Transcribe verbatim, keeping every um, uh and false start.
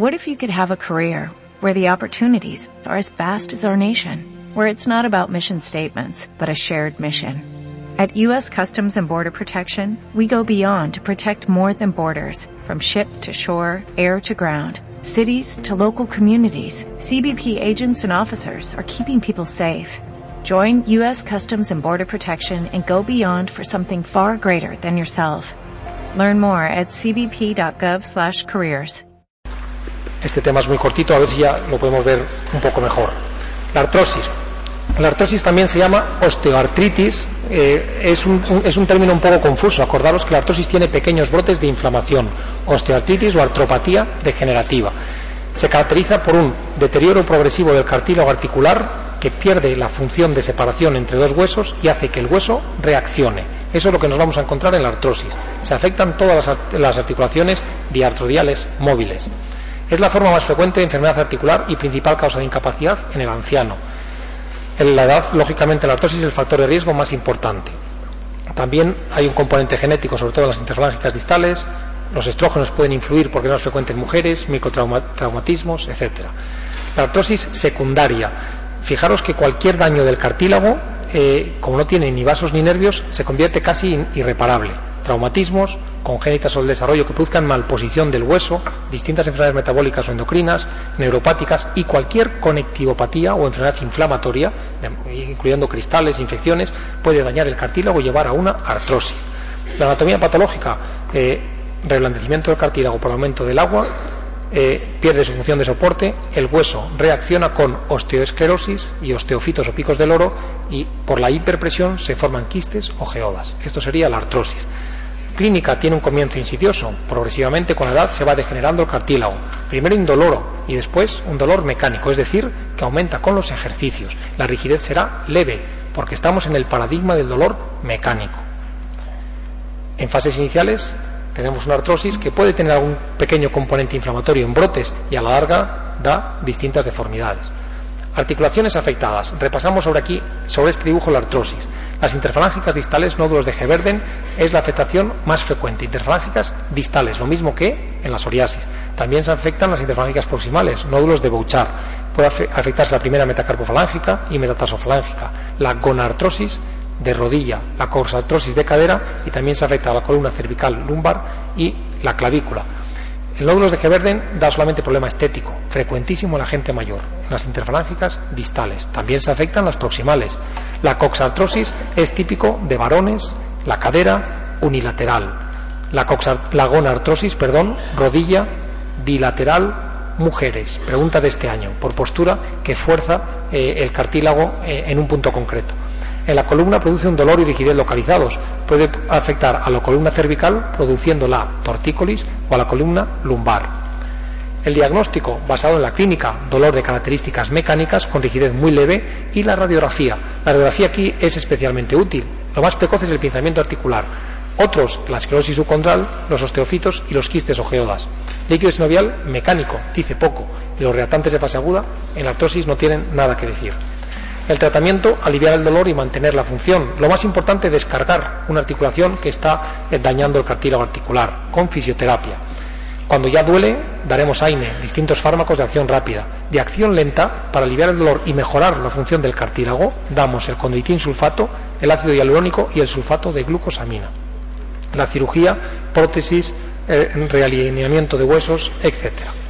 What if you could have a career where the opportunities are as vast as our nation, where it's not about mission statements, but a shared mission? At U S Customs and Border Protection, we go beyond to protect more than borders, from ship to shore, air to ground, cities to local communities. C B P agents and officers are keeping people safe. Join U S Customs and Border Protection and go beyond for something far greater than yourself. Learn more at c b p dot gov slash careers. Este tema es muy cortito, a ver si ya lo podemos ver un poco mejor. La artrosis. La artrosis también se llama osteoartritis, eh, es, un, un, es un término un poco confuso. Acordaros que la artrosis tiene pequeños brotes de inflamación, osteoartritis o artropatía degenerativa. Se caracteriza por un deterioro progresivo del cartílago articular que pierde la función de separación entre dos huesos y hace que el hueso reaccione. Eso es lo que nos vamos a encontrar en la artrosis. Se afectan todas las, las articulaciones diartrodiales móviles. Es la forma más frecuente de enfermedad articular y principal causa de incapacidad en el anciano. En la edad, lógicamente, la artrosis es el factor de riesgo más importante. También hay un componente genético, sobre todo en las interfalángicas distales. Los estrógenos pueden influir porque es más frecuente en mujeres, microtraumatismos, etcétera. La artrosis secundaria. Fijaros que cualquier daño del cartílago, eh, como no tiene ni vasos ni nervios, se convierte casi en irreparable. Traumatismos congénitas o del desarrollo que produzcan malposición del hueso, distintas enfermedades metabólicas o endocrinas, neuropáticas y cualquier conectivopatía o enfermedad inflamatoria, incluyendo cristales, infecciones, puede dañar el cartílago y llevar a una artrosis. La anatomía patológica, eh, reblandecimiento del cartílago por aumento del agua, eh, pierde su función de soporte, el hueso reacciona con osteoesclerosis y osteofitos o picos del loro y por la hiperpresión se forman quistes o geodas. Esto sería la artrosis. Clínica tiene un comienzo insidioso. Progresivamente con la edad se va degenerando el cartílago. Primero indoloro y después un dolor mecánico, es decir, que aumenta con los ejercicios. La rigidez será leve porque estamos en el paradigma del dolor mecánico. En fases iniciales tenemos una artrosis que puede tener algún pequeño componente inflamatorio en brotes y a la larga da distintas deformidades. Articulaciones afectadas. Repasamos sobre aquí, sobre este dibujo, la artrosis. Las interfalángicas distales, nódulos de Geverden, es la afectación más frecuente. Interfalángicas distales, lo mismo que en la psoriasis. También se afectan las interfalángicas proximales, nódulos de Bouchard. Puede afectarse la primera metacarpofalángica y metatarsofalángica. La gonartrosis de rodilla, la coxartrosis de cadera y también se afecta a la columna cervical lumbar y la clavícula. El nódulos de Geverden da solamente problema estético, frecuentísimo en la gente mayor, en las interfalángicas distales. También se afectan las proximales. La coxartrosis es típico de varones, la cadera unilateral. La, coxar, la gonartrosis, perdón, rodilla bilateral, mujeres. Pregunta de este año, por postura que fuerza eh, el cartílago eh, en un punto concreto. En la columna produce un dolor y rigidez localizados. Puede afectar a la columna cervical produciendo la tortícolis o a la columna lumbar. El diagnóstico basado en la clínica, dolor de características mecánicas con rigidez muy leve y la radiografía. La radiografía aquí es especialmente útil. Lo más precoz es el pinzamiento articular. Otros, la esclerosis subcondral, los osteofitos y los quistes o geodas. Líquido sinovial mecánico, dice poco, y los reatantes de fase aguda en la artrosis no tienen nada que decir. El tratamiento, aliviar el dolor y mantener la función. Lo más importante, descargar una articulación que está dañando el cartílago articular, con fisioterapia. Cuando ya duele, daremos A I N E, distintos fármacos de acción rápida. De acción lenta, para aliviar el dolor y mejorar la función del cartílago, damos el condroitin sulfato, el ácido hialurónico y el sulfato de glucosamina. La cirugía, prótesis, eh, realineamiento de huesos, etcétera.